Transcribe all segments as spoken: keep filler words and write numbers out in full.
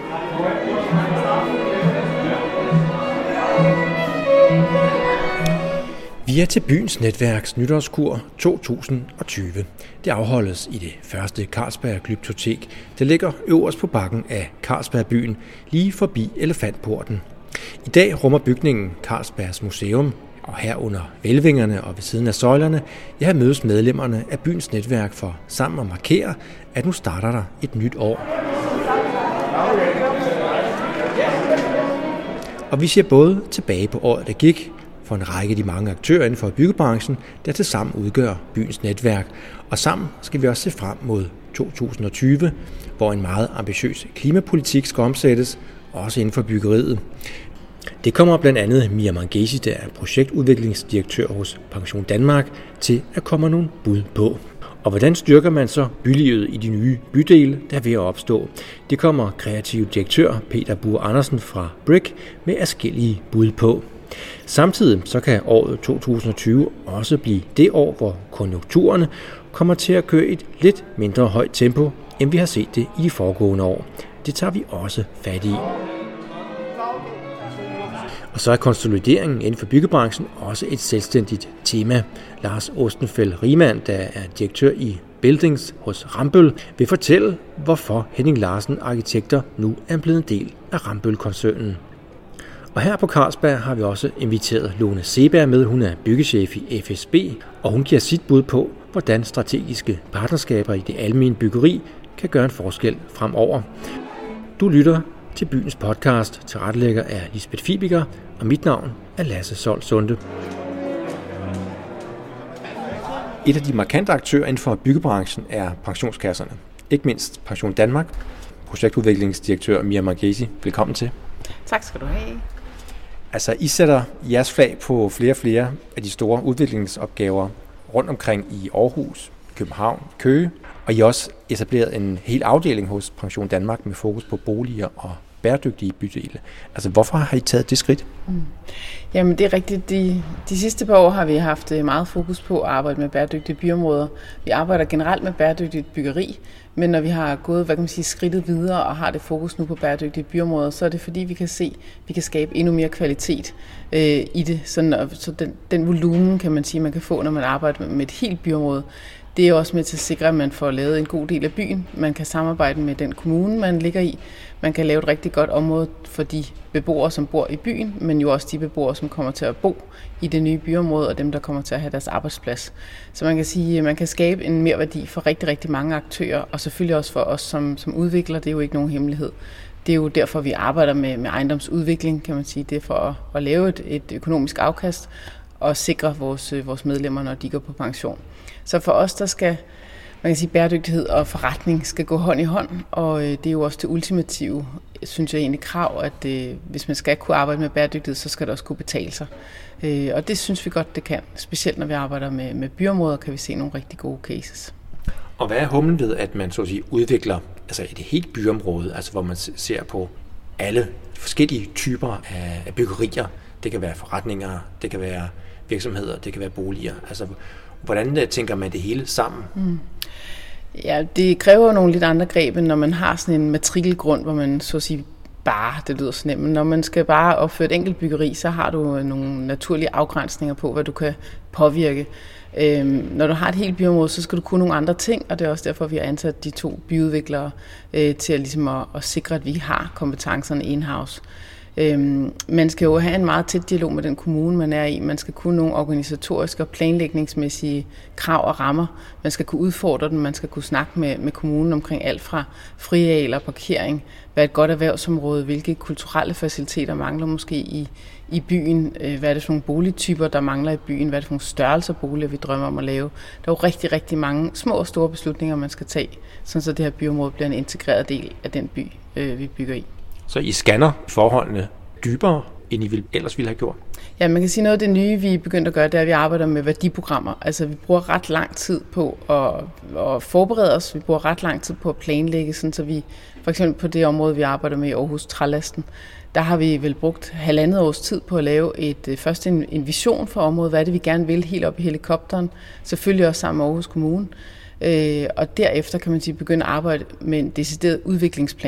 Vi er til byens netværks nytårskur to tusind og tyve. Det afholdes i det første Carlsberg Glyptotek, der ligger øverst på bakken af Carlsbergbyen, lige forbi Elefantporten. I dag rummer bygningen Carlsbergs Museum, og her under hvælvingerne og ved siden af søjlerne, her mødes medlemmerne af byens netværk for sammen at markere, at nu starter der et nyt år. Og vi ser både tilbage på året, der gik, for en række af de mange aktører inden for byggebranchen, der tilsammen udgør byens netværk. Og sammen skal vi også se frem mod to tusind og tyve, hvor en meget ambitiøs klimapolitik skal omsættes, også inden for byggeriet. Det kommer blandt andet Mia Mangesi, der er projektudviklingsdirektør hos Pension Danmark, til at komme nogle bud på. Og hvordan styrker man så bylivet i de nye bydele, der er ved at opstå? Det kommer kreativ direktør Peter Bure Andersen fra Brick med forskellige bud på. Samtidig så kan året to tusind og tyve også blive det år, hvor konjunkturerne kommer til at køre et lidt mindre højt tempo, end vi har set det i de foregående år. Det tager vi også fat i. Og så er konsolideringen inden for byggebranchen også et selvstændigt tema. Lars Ostenfeld Riemann, der er direktør i Buildings hos Rambøll, vil fortælle, hvorfor Henning Larsen Arkitekter nu er blevet en del af Rambøll-koncernen. Og her på Carlsberg har vi også inviteret Lone Seberg med. Hun er byggechef i F S B, og hun giver sit bud på, hvordan strategiske partnerskaber i det almene byggeri kan gøre en forskel fremover. Du lytter til byens podcast. Tilrettelægger er Lisbeth Fibiger, og mit navn er Lasse Sold Sunde. Et af de markante aktører inden for byggebranchen er pensionskasserne. Ikke mindst Pension Danmark. Projektudviklingsdirektør Mia Mangesi, velkommen til. Tak skal du have. Altså, I sætter jeres flag på flere og flere af de store udviklingsopgaver rundt omkring i Aarhus, København, Køge, og I har også etableret en hel afdeling hos Pension Danmark med fokus på boliger og bæredygtige bydele. Altså, hvorfor har I taget det skridt? Mm. Jamen, det er rigtigt. De, de sidste par år har vi haft meget fokus på at arbejde med bæredygtige byområder. Vi arbejder generelt med bæredygtigt byggeri, men når vi har gået, hvad kan man sige, skridtet videre og har det fokus nu på bæredygtige byområder, så er det fordi, vi kan se, at vi kan skabe endnu mere kvalitet øh, i det. Sådan, og, så den, den volumen, kan man sige, man kan få, når man arbejder med, med et helt byområde, det er også med til at sikre, at man får lavet en god del af byen. Man kan samarbejde med den kommune, man ligger i. Man kan lave et rigtig godt område for de beboere, som bor i byen, men jo også de beboere, som kommer til at bo i det nye byområde, og dem, der kommer til at have deres arbejdsplads. Så man kan sige, at man kan skabe en merværdi for rigtig, rigtig mange aktører, og selvfølgelig også for os som, som udvikler. Det er jo ikke nogen hemmelighed. Det er jo derfor, vi arbejder med, med ejendomsudvikling, kan man sige. Det er for at, at lave et, et økonomisk afkast og sikre vores, vores medlemmer, når de går på pension. Så for os, der skal, man kan sige, bæredygtighed og forretning skal gå hånd i hånd, og det er jo også det ultimative, synes jeg egentlig, krav, at det, hvis man skal kunne arbejde med bæredygtighed, så skal det også kunne betale sig. Og det synes vi godt, det kan. Specielt når vi arbejder med, med byområder, kan vi se nogle rigtig gode cases. Og hvad er humlen ved, at man så at sige udvikler altså et helt byområde, altså hvor man ser på alle forskellige typer af byggerier? Det kan være forretninger, det kan være virksomheder, det kan være boliger. Altså, hvordan tænker man det hele sammen? Mm. Ja, det kræver nogle lidt andre greb, end når man har sådan en matrikelgrund, hvor man så at sige bare, det lyder så nemt, men når man skal bare opføre et enkelt byggeri, så har du nogle naturlige afgrænsninger på, hvad du kan påvirke. Øhm, når du har et helt byområde, så skal du kunne nogle andre ting, og det er også derfor, vi har ansat de to byudviklere øh, til at, ligesom at, at sikre, at vi har kompetencerne in-house. Øhm, man skal jo have en meget tæt dialog med den kommune, man er i. Man skal kunne nogle organisatoriske og planlægningsmæssige krav og rammer. Man skal kunne udfordre den, man skal kunne snakke med, med kommunen omkring alt fra friarealer, parkering, hvad er et godt erhvervsområde, hvilke kulturelle faciliteter mangler måske i, i byen, hvad er det for nogle boligtyper, der mangler i byen, hvad er det for nogle størrelser boliger, vi drømmer om at lave. Der er jo rigtig, rigtig mange små og store beslutninger, man skal tage, sådan så det her byområde bliver en integreret del af den by, vi bygger i. Så I scanner forholdene dybere, end I ville, ellers ville have gjort? Ja, man kan sige noget af det nye, vi er begyndt at gøre, det er, at vi arbejder med værdiprogrammer. Altså, vi bruger ret lang tid på at, at forberede os. Vi bruger ret lang tid på at planlægge, sådan så vi, for eksempel på det område, vi arbejder med i Aarhus Trælasten, der har vi vel brugt halvandet års tid på at lave et, først en, en vision for området. Hvad er det, vi gerne vil helt op i helikopteren? Selvfølgelig også sammen med Aarhus Kommune. Øh, og derefter kan man sige begynde at arbejde med en decideret udviklingsplan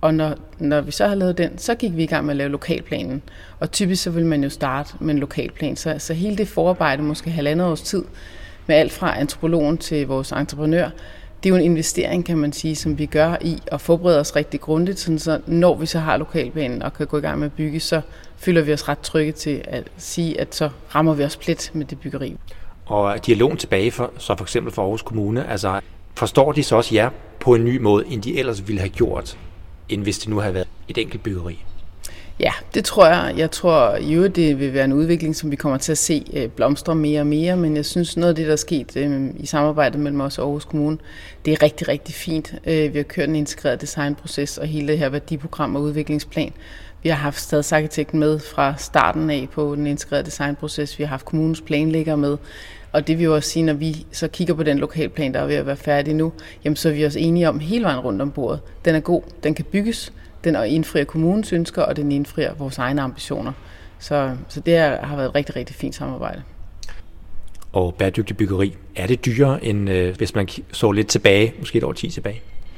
Og når, når vi så har lavet den, så gik vi i gang med at lave lokalplanen. Og typisk så vil man jo starte med en lokalplan. Så, så hele det forarbejde, måske halvandet års tid, med alt fra antropologen til vores entreprenør, det er jo en investering, kan man sige, som vi gør i at forberede os rigtig grundigt, sådan så når vi så har lokalplanen og kan gå i gang med at bygge, så føler vi os ret trygge til at sige, at så rammer vi os plet med det byggeri. Og dialogen tilbage, for, så for eksempel for Aarhus Kommune, altså forstår de så også jer på en ny måde, end de ellers ville have gjort, end hvis det nu havde været et enkelt byggeri? Ja, det tror jeg. Jeg tror jo, det vil være en udvikling, som vi kommer til at se blomstre mere og mere, men jeg synes, noget af det, der er sket øh, i samarbejdet mellem os og Aarhus Kommune, det er rigtig, rigtig fint. Øh, vi har kørt en integreret designproces og hele det her værdiprogram og udviklingsplan. Vi har haft stadsarkitekten med fra starten af på den integrerede designproces. Vi har haft kommunens planlægger med. Og det vil jo også sige, når vi så kigger på den lokalplan, der er ved at være færdig nu, jamen så er vi også enige om hele vejen rundt om bordet. Den er god, den kan bygges, den indfrier kommunens ønsker, og den indfrier vores egne ambitioner. Så, så det har været et rigtig, rigtig fint samarbejde. Og bæredygtig byggeri, er det dyrere, end øh, hvis man så lidt tilbage, måske et år ti tilbage?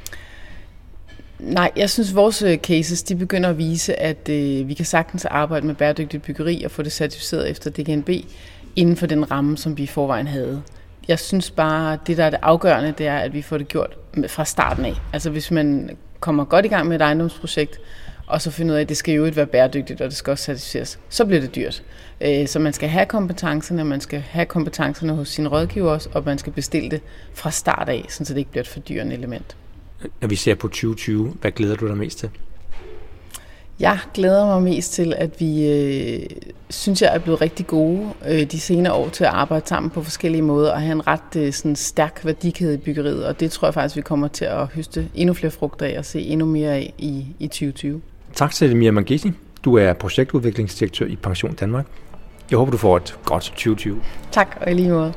Nej, jeg synes, vores cases de begynder at vise, at øh, vi kan sagtens arbejde med bæredygtig byggeri og få det certificeret efter D G N B inden for den ramme, som vi i forvejen havde. Jeg synes bare, at det, der er det afgørende, det er, at vi får det gjort fra starten af. Altså hvis man kommer godt i gang med et ejendomsprojekt, og så finder ud af, at det skal jo ikke være bæredygtigt, og det skal også certificeres, så bliver det dyrt. Så man skal have kompetencerne, man skal have kompetencerne hos sine rådgiver også, og man skal bestille det fra start af, så det ikke bliver et fordyrende element. Når vi ser på tyve tyve, hvad glæder du dig mest til? Jeg glæder mig mest til, at vi øh, synes, jeg er blevet rigtig gode øh, de senere år til at arbejde sammen på forskellige måder og have en ret øh, sådan stærk værdikæde i byggeriet, og det tror jeg faktisk, vi kommer til at høste endnu flere frugter af og se endnu mere af i, i tyve tyve. Tak til Mia Mangesi. Du er projektudviklingsdirektør i Pension Danmark. Jeg håber, du får et godt tyve tyve. Tak, og i lige måde.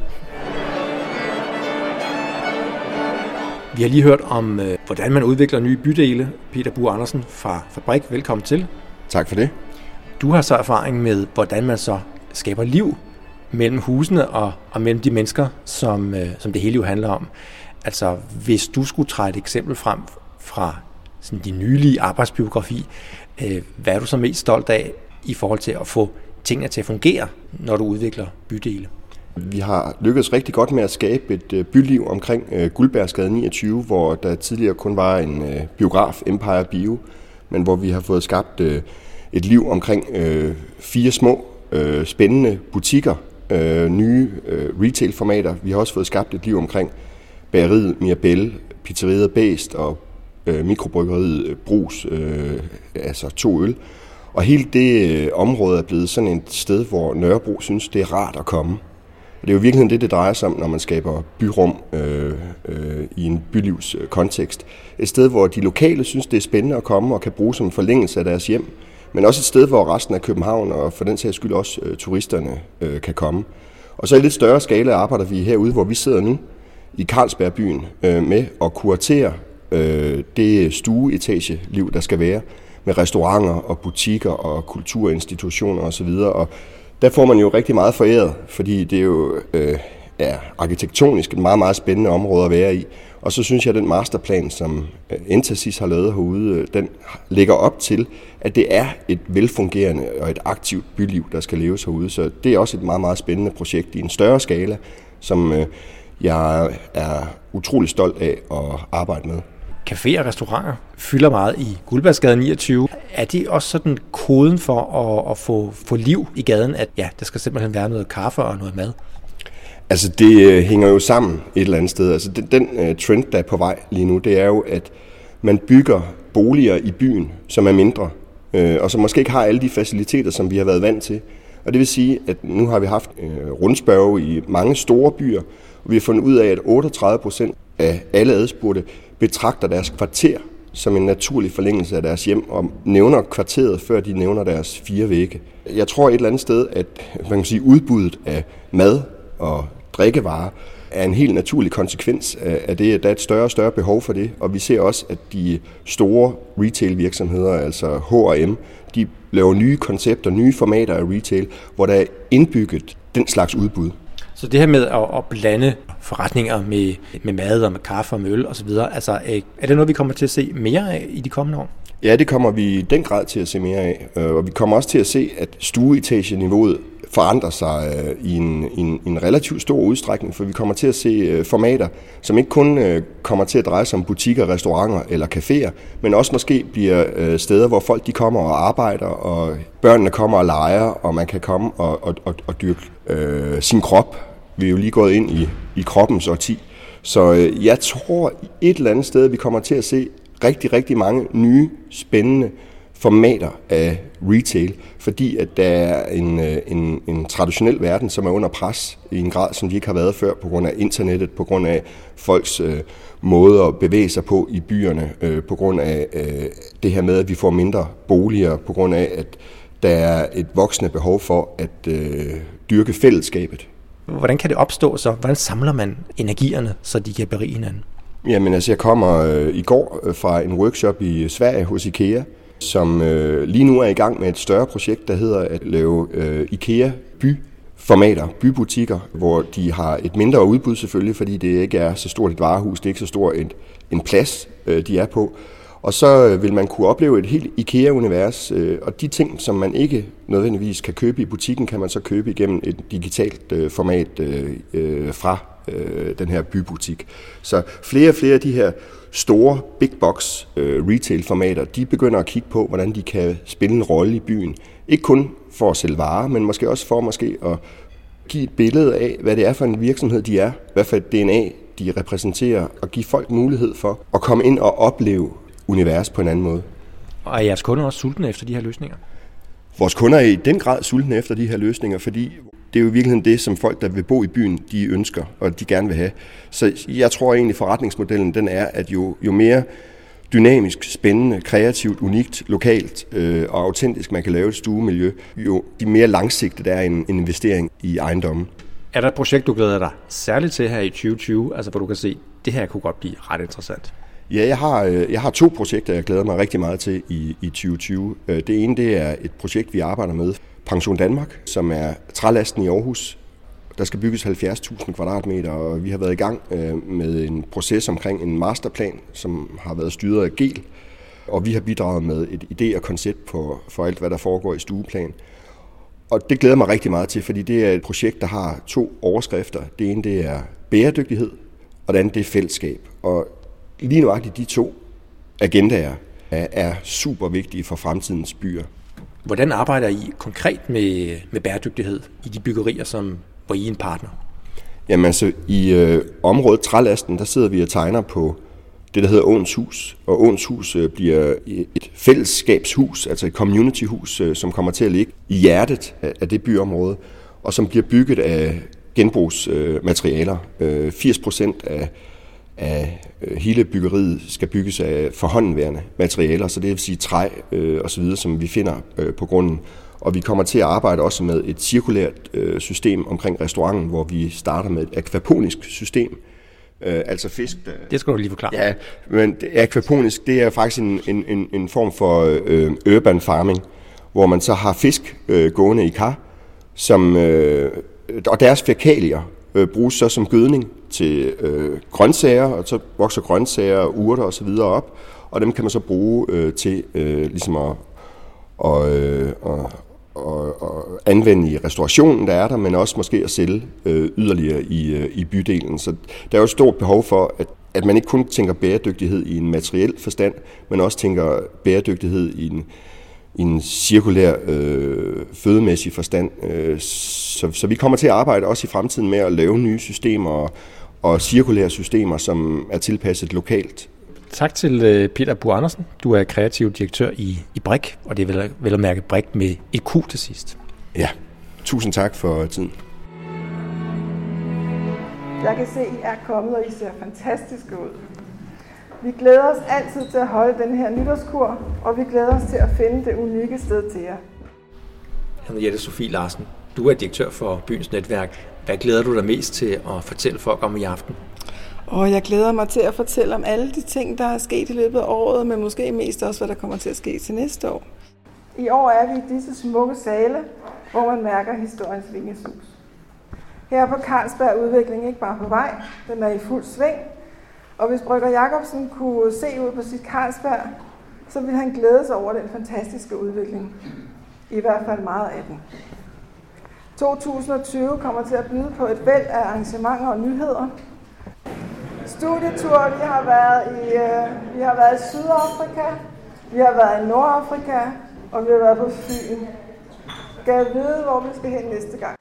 Vi har lige hørt om, øh, hvordan man udvikler nye bydele. Peter Bure Andersen fra Fabrik, velkommen til. Tak for det. Du har så erfaring med, hvordan man så skaber liv mellem husene og, og mellem de mennesker, som, øh, som det hele jo handler om. Altså, hvis du skulle træde et eksempel frem fra sådan din nylige arbejdsbiografi, øh, hvad er du så mest stolt af i forhold til at få tingene til at fungere, når du udvikler bydele? Vi har lykkedes rigtig godt med at skabe et byliv omkring uh, Guldbergsgade niogtyve, hvor der tidligere kun var en uh, biograf, Empire Bio, men hvor vi har fået skabt uh, et liv omkring uh, fire små, uh, spændende butikker, uh, nye uh, retailformater. Vi har også fået skabt et liv omkring bageriet Mirabelle, pizzeriet Bæst og uh, mikrobryggeriet Brus, uh, altså to øl. Og hele det uh, område er blevet sådan et sted, hvor Nørrebro synes, det er rart at komme. Det er jo virkelig det, det drejer sig om, når man skaber byrum øh, øh, i en bylivskontekst. Et sted, hvor de lokale synes, det er spændende at komme og kan bruge som forlængelse af deres hjem, men også et sted, hvor resten af København og for den sags skyld også øh, turisterne øh, kan komme. Og så i lidt større skala arbejder vi herude, hvor vi sidder nu i Carlsbergbyen øh, med at kuratere øh, det stueetageliv, der skal være, med restauranter og butikker og kulturinstitutioner osv. Og der får man jo rigtig meget foræret, fordi det er jo øh, ja, arkitektonisk et meget, meget spændende område at være i. Og så synes jeg, at den masterplan, som Entasis har lavet herude, den lægger op til, at det er et velfungerende og et aktivt byliv, der skal leves herude. Så det er også et meget, meget spændende projekt i en større skala, som øh, jeg er utrolig stolt af at arbejde med. Caféer og restauranter fylder meget i Guldbergsgade niogtyve. Er det også sådan koden for at, at få, få liv i gaden, at ja, der skal simpelthen være noget kaffe og noget mad? Altså det øh, hænger jo sammen et eller andet sted. Altså den, den øh, trend, der er på vej lige nu, det er jo, at man bygger boliger i byen, som er mindre, øh, og som måske ikke har alle de faciliteter, som vi har været vant til. Og det vil sige, at nu har vi haft øh, rundspørge i mange store byer, og vi har fundet ud af, at otteogtredive procent af alle adspurgte betragter deres kvarter som en naturlig forlængelse af deres hjem, og nævner kvarteret, før de nævner deres fire vægge. Jeg tror et eller andet sted, at man kan sige, udbuddet af mad og drikkevarer er en helt naturlig konsekvens af det, at der er et større og større behov for det, og vi ser også, at de store retail-virksomheder, altså H og M, de laver nye koncepter, nye formater af retail, hvor der er indbygget den slags udbud. Så det her med at, at blande forretninger med, med mad og med kaffe og med øl osv., altså, er det noget, vi kommer til at se mere af i de kommende år? Ja, det kommer vi i den grad til at se mere af, og vi kommer også til at se, at stueetageniveauet forandrer sig i en, en, en relativt stor udstrækning, for vi kommer til at se formater, som ikke kun kommer til at dreje sig om butikker, restauranter eller caféer, men også måske bliver steder, hvor folk de kommer og arbejder, og børnene kommer og leger, og man kan komme og, og, og, og dyrke øh, sin krop. Vi er jo lige gået ind i, i kroppens årti. Så øh, jeg tror et eller andet sted, vi kommer til at se rigtig, rigtig mange nye, spændende formater af retail, fordi at der er en, en, en traditionel verden, som er under pres i en grad, som de ikke har været før, på grund af internettet, på grund af folks øh, måde at bevæge sig på i byerne, øh, på grund af øh, det her med, at vi får mindre boliger, på grund af, at der er et voksende behov for at øh, dyrke fællesskabet. Hvordan kan det opstå så? Hvordan samler man energierne, så de kan berige hinanden? Jamen altså, jeg kommer øh, i går øh, fra en workshop i Sverige hos IKEA, som øh, lige nu er i gang med et større projekt, der hedder at lave øh, IKEA byformater, bybutikker, hvor de har et mindre udbud selvfølgelig, fordi det ikke er så stort et varehus, det er ikke så stor en, en plads, øh, de er på. Og så vil man kunne opleve et helt IKEA-univers, øh, og de ting, som man ikke nødvendigvis kan købe i butikken, kan man så købe igennem et digitalt øh, format øh, øh, fra øh, den her bybutik. Så flere og flere af de her store big box øh, retail-formater, de begynder at kigge på, hvordan de kan spille en rolle i byen. Ikke kun for at sælge varer, men måske også for måske at give et billede af, hvad det er for en virksomhed, de er, hvad for et D N A, de repræsenterer, og give folk mulighed for at komme ind og opleve univers på en anden måde. Og er jeres kunder også sultne efter de her løsninger? Vores kunder er i den grad sultne efter de her løsninger, fordi det er jo i virkeligheden det, som folk, der vil bo i byen, de ønsker, og de gerne vil have. Så jeg tror egentlig, forretningsmodellen den er, at jo, jo mere dynamisk, spændende, kreativt, unikt, lokalt øh, og autentisk man kan lave et stuemiljø, jo de mere langsigtet er en, en investering i ejendommen. Er der et projekt, du glæder dig særligt til her i tyve tyve, altså hvor du kan se, at det her kunne godt blive ret interessant? Ja, jeg har, jeg har to projekter, jeg glæder mig rigtig meget til i, i tyve tyve. Det ene det er et projekt, vi arbejder med, Pension Danmark, som er trælasten i Aarhus. Der skal bygges halvfjerds tusind kvadratmeter, og vi har været i gang med en proces omkring en masterplan, som har været styret af G E L, og vi har bidraget med et idé og koncept for, for alt, hvad der foregår i stueplan. Og det glæder mig rigtig meget til, fordi det er et projekt, der har to overskrifter. Det ene det er bæredygtighed, og det andet det er fællesskab. Og lige nuagtigt de to agendaer er, er super vigtige for fremtidens byer. Hvordan arbejder I konkret med, med bæredygtighed i de byggerier, som, hvor I er en partner? Jamen altså, i øh, området Trælasten, der sidder vi og tegner på det, der hedder Åens Hus. Og Åens Hus øh, bliver et fællesskabshus, altså et communityhus, øh, som kommer til at ligge i hjertet af, af det byområde, og som bliver bygget af genbrugsmaterialer. Øh, firs procent af af hele byggeriet skal bygges af forhåndenværende materialer, så det vil sige træ øh, og så videre, som vi finder øh, på grunden. Og vi kommer til at arbejde også med et cirkulært øh, system omkring restauranten, hvor vi starter med et akvaponisk system. Øh, altså fisk. Der... Det skal du lige forklare. Ja, men akvaponisk, det er faktisk en, en, en, en form for øh, urban farming, hvor man så har fisk øh, gående i kar, som, øh, og deres fækalier øh, bruges så som gødning til øh, grøntsager, og så vokser grøntsager, urter og så videre op, og dem kan man så bruge øh, til øh, ligesom at og, øh, og, og, og anvende i restaurationen, der er der, men også måske at sælge øh, yderligere i, øh, i bydelen. Så der er jo et stort behov for, at, at man ikke kun tænker bæredygtighed i en materiel forstand, men også tænker bæredygtighed i en, i en cirkulær øh, fødemæssig forstand. Øh, så, så vi kommer til at arbejde også i fremtiden med at lave nye systemer og, og cirkulære systemer, som er tilpasset lokalt. Tak til Peter Buhr Andersen. Du er kreativ direktør i, i B R I C, og det er vel, vel at mærke B R I C med et Q til sidst. Ja, tusind tak for tiden. Jeg kan se, at I er kommet, og I ser fantastiske ud. Vi glæder os altid til at holde den her nytårskur, og vi glæder os til at finde det unikke sted til jer. Henriette Sofie Larsen, du er direktør for Byens Netværk. Hvad glæder du dig mest til at fortælle folk om i aften? Og jeg glæder mig til at fortælle om alle de ting, der er sket i løbet af året, men måske mest også, hvad der kommer til at ske til næste år. I år er vi i disse smukke sale, hvor man mærker historiens vingesus. Her på Carlsberg er udviklingen ikke bare på vej, den er i fuld sving. Og hvis Brygger Jacobsen kunne se ud på sit Carlsberg, så vil han glæde sig over den fantastiske udvikling. I hvert fald meget af den. to tusind og tyve kommer til at byde på et væld af arrangementer og nyheder. Studietur, vi har været i, øh, vi har været i Sydafrika, vi har været i Nordafrika, og vi har været på Fyn. Skal jeg vide, hvor vi skal hen næste gang?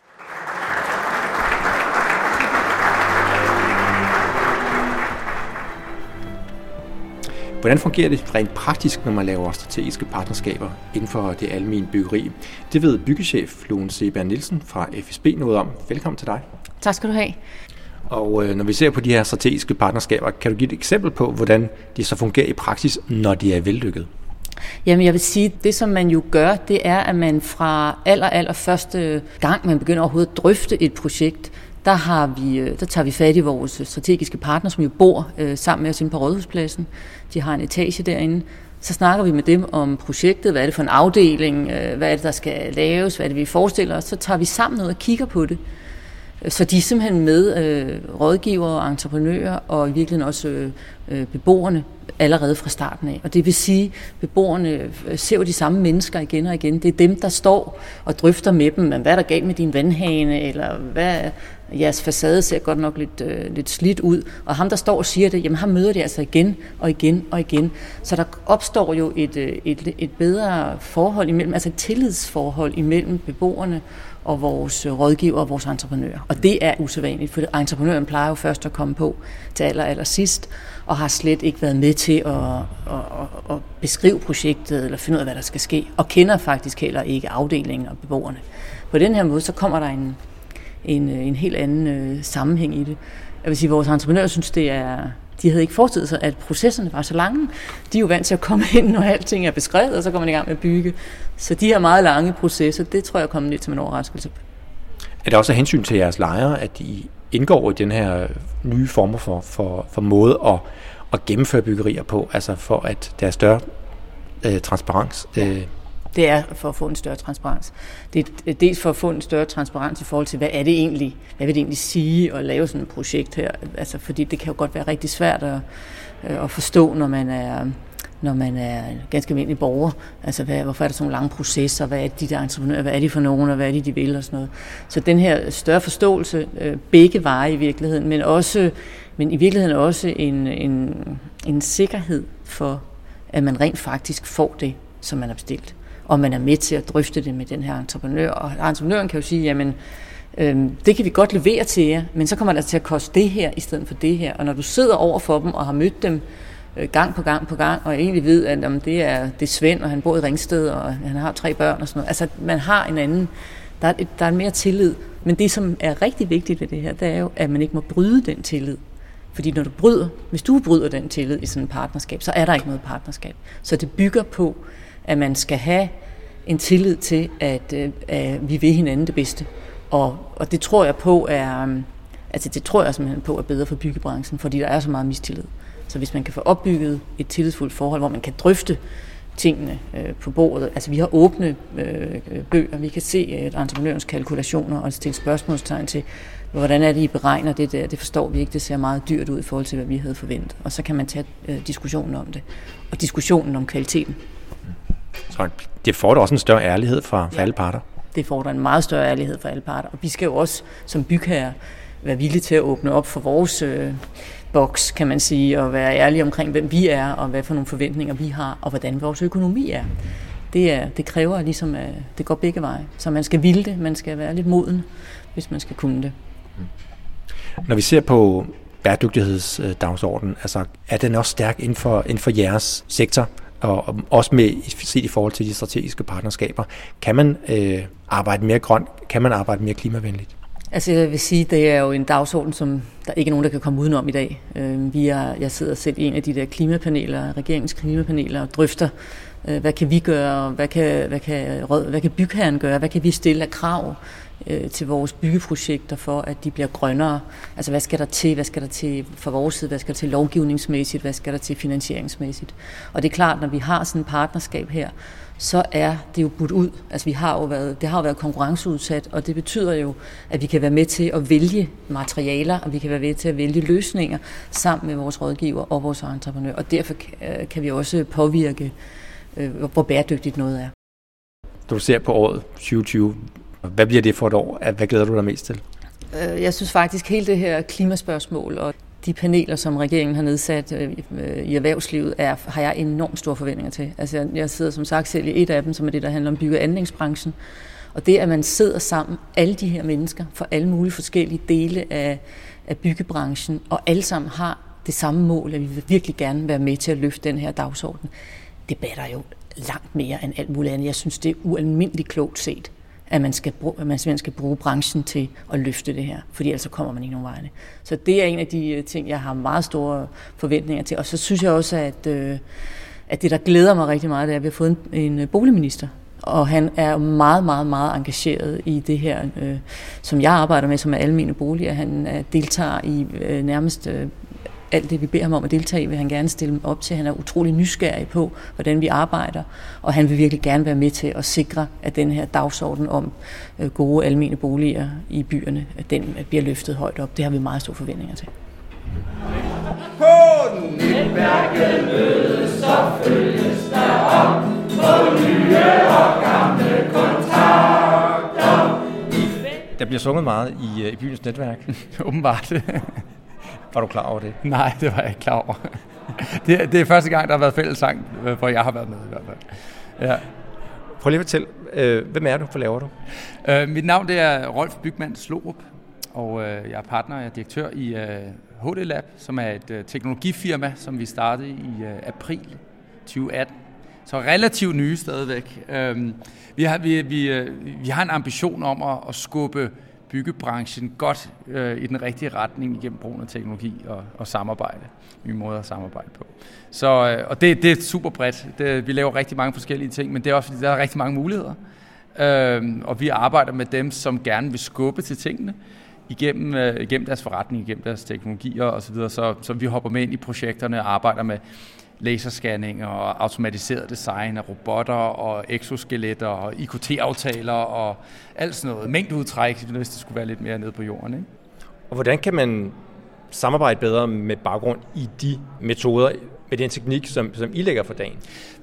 Hvordan fungerer det rent praktisk, når man laver strategiske partnerskaber inden for det almene byggeri? Det ved byggechef Lone Seberg Nielsen fra F S B noget om. Velkommen til dig. Tak skal du have. Og øh, når vi ser på de her strategiske partnerskaber, kan du give et eksempel på, hvordan de så fungerer i praksis, når de er vellykket? Jamen jeg vil sige, det som man jo gør, det er, at man fra aller, aller første gang, man begynder overhovedet at drøfte et projekt, der, har vi, der tager vi fat i vores strategiske partner, som jo bor øh, sammen med os inde på Rådhuspladsen. De har en etage derinde. Så snakker vi med dem om projektet, hvad er det for en afdeling, øh, hvad er det, der skal laves, hvad er det, vi forestiller os. Så tager vi sammen ud og kigger på det. Så de er simpelthen med øh, rådgivere og entreprenører og i virkeligheden også øh, beboerne allerede fra starten af. Og det vil sige, at beboerne ser jo de samme mennesker igen og igen. Det er dem, der står og drøfter med dem, hvad er der galt med din vandhane, eller hvad jeres facade ser godt nok lidt, øh, lidt slidt ud. Og ham, der står og siger det, jamen ham møder de altså igen og igen og igen. Så der opstår jo et, et, et bedre forhold imellem, altså et tillidsforhold imellem beboerne og vores rådgiver og vores entreprenører. Og det er usædvanligt, for entreprenøren plejer jo først at komme på til aller, aller sidst, og har slet ikke været med til at, at, at, at beskrive projektet, eller finde ud af, hvad der skal ske, og kender faktisk heller ikke afdelingen og beboerne. På den her måde, så kommer der en, en, en helt anden øh, sammenhæng i det. Jeg vil sige, at vores entreprenører synes, det er... De havde ikke forestillet sig, at processerne var så lange. De er jo vant til at komme ind, når alting er beskrevet, og så kommer man i gang med at bygge. Så de her meget lange processer, det tror jeg kommer lidt som en overraskelse. Er der også hensyn til jeres lejere, at de indgår i den her nye former for, for, for måde at, at gennemføre byggerier på, altså for at der er større øh, transparens? Øh. Det er for at få en større transparens. Det er dels for at få en større transparens i forhold til, hvad er det egentlig, hvad vil det egentlig sige at lave sådan et projekt her? Altså, fordi det kan jo godt være rigtig svært at, at forstå, når man er, når man er ganske almindelig borger. Altså, hvad, hvorfor er der sådan nogle lange processer? Hvad er de der entreprenører? Hvad er de for nogen? Og hvad er det, de vil? Og sådan noget. Så den her større forståelse, begge veje i virkeligheden, men, også, men i virkeligheden også en, en, en sikkerhed for, at man rent faktisk får det, som man har bestilt. Og man er med til at drøfte det med den her entreprenør. Og entreprenøren kan jo sige, jamen, øhm, det kan vi godt levere til jer, men så kommer det altså til at koste det her, i stedet for det her. Og når du sidder over for dem og har mødt dem øh, gang på gang på gang, og egentlig ved, at jamen, det, er, det er Svend, og han bor i Ringsted, og han har tre børn og sådan noget. Altså, man har en anden, der er, et, der er en mere tillid. Men det, som er rigtig vigtigt ved det her, det er jo, at man ikke må bryde den tillid. Fordi når du bryder, hvis du bryder den tillid i sådan et partnerskab, så er der ikke noget partnerskab. Så det bygger på, at man skal have en tillid til, at, at vi vil hinanden det bedste. Og, og det tror jeg på er, altså det tror jeg simpelthen på er bedre for byggebranchen, fordi der er så meget mistillid. Så hvis man kan få opbygget et tillidsfuldt forhold, hvor man kan drøfte tingene øh, på bordet, altså vi har åbne øh, bøger, vi kan se øh, entreprenørens kalkulationer og stille spørgsmålstegn til, hvordan er det, I beregner det der, det forstår vi ikke, det ser meget dyrt ud i forhold til, hvad vi havde forventet. Og så kan man tage øh, diskussionen om det, og diskussionen om kvaliteten. Så det får da også en større ærlighed fra, fra ja, alle parter. Det får da en meget større ærlighed fra alle parter. Og vi skal jo også som bygherrer være villige til at åbne op for vores øh, boks, kan man sige, og være ærlige omkring, hvem vi er, og hvad for nogle forventninger vi har, og hvordan vores økonomi er. Det, er, det kræver ligesom, at det går begge veje. Så man skal ville det, man skal være lidt moden, hvis man skal kunne det. Når vi ser på bæredygtighedsdagsordenen, altså er den også stærk inden for, inden for jeres sektor? Og også med set i forhold til de strategiske partnerskaber. Kan man øh, arbejde mere grønt? Kan man arbejde mere klimavenligt? Altså jeg vil sige, det er jo en dagsorden, som der ikke er nogen, der kan komme udenom i dag. Øh, vi er, jeg sidder selv i en af de der klimapaneler, regeringens klimapaneler, og drøfter, øh, hvad kan vi gøre, hvad kan, hvad kan, hvad kan bygherren gøre, hvad kan vi stille af krav øh, til vores byggeprojekter for, at de bliver grønnere. Altså hvad skal der til, hvad skal der til fra vores side, hvad skal der til lovgivningsmæssigt, hvad skal der til finansieringsmæssigt. Og det er klart, når vi har sådan et partnerskab her, så er det jo budt ud. Altså vi har jo været, det har jo været konkurrenceudsat, og det betyder jo, at vi kan være med til at vælge materialer, og vi kan være med til at vælge løsninger sammen med vores rådgiver og vores entreprenør. Og derfor kan vi også påvirke, hvor bæredygtigt noget er. Du ser på året tyve tyve. Hvad bliver det for et år? Hvad glæder du dig mest til? Jeg synes faktisk, hele det her klimaspørgsmål og de paneler, som regeringen har nedsat i erhvervslivet, er, har jeg enormt store forventninger til. Altså, jeg sidder som sagt selv i et af dem, som er det, der handler om bygge- og anlægsbranchen. Og det, at man sidder sammen, alle de her mennesker, fra alle mulige forskellige dele af, af byggebranchen, og alle sammen har det samme mål, at vi vil virkelig gerne være med til at løfte den her dagsorden, det batter jo langt mere end alt muligt andet. Jeg synes, det er ualmindeligt klogt set, at man, skal bruge, at man simpelthen skal bruge branchen til at løfte det her, fordi ellers så kommer man ikke nogen vegne. Så det er en af de ting, jeg har meget store forventninger til. Og så synes jeg også, at, at det, der glæder mig rigtig meget, det er, at vi har fået en, en boligminister, og han er meget, meget, meget engageret i det her, øh, som jeg arbejder med, som er almene boliger. Han øh, deltager i øh, nærmest øh, alt det, vi beder ham om at deltage i, vil han gerne stille op til. Han er utrolig nysgerrig på, hvordan vi arbejder, og han vil virkelig gerne være med til at sikre, at den her dagsorden om øh, gode almene boliger i byerne, at den bliver løftet højt op. Det har vi meget store forventninger til. På netværket mødes, så følges der op på nye og gamle kontakter. Der bliver sunget meget i, i byens netværk. Åbenbart. Var du klar over det? Nej, det var jeg ikke klar over. Det, det er første gang, der har været fællessang, hvor jeg har været med i hvert fald. Ja. Prøv lige at fortælle, øh, hvem er du? Hvad laver du? Øh, mit navn det er Rolf Bygman Slorup, og øh, jeg er partner og jeg er direktør i øh, H D Lab, som er et øh, teknologifirma, som vi startede i øh, april tyve atten. Så relativt nye stadigvæk. Øh, vi, har, vi, vi, øh, vi har en ambition om at, at skubbe byggebranchen godt øh, i den rigtige retning igennem brugen af teknologi og, og samarbejde. Nye måder at samarbejde på. Så, øh, og det, det er super bredt. Det, vi laver rigtig mange forskellige ting, men det er også fordi, der er rigtig mange muligheder. Øh, og vi arbejder med dem, som gerne vil skubbe til tingene igennem, øh, igennem deres forretning, igennem deres teknologier osv. Så, så vi hopper med ind i projekterne og arbejder med laserscanning og automatiseret design af robotter og exoskeletter og I K T-aftaler og alt sådan noget. Mængdeudtræk, hvis det skulle være lidt mere nede på jorden. Ikke? Og hvordan kan man samarbejde bedre med baggrund i de metoder, med den teknik, som, som I lægger for dagen?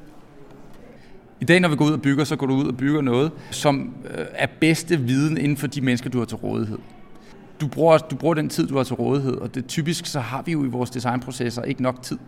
I dag, når vi går ud og bygger, så går du ud og bygger noget, som er bedste viden inden for de mennesker, du har til rådighed. Du bruger, du bruger den tid, du har til rådighed, og det typisk så har vi jo i vores designprocesser ikke nok tid.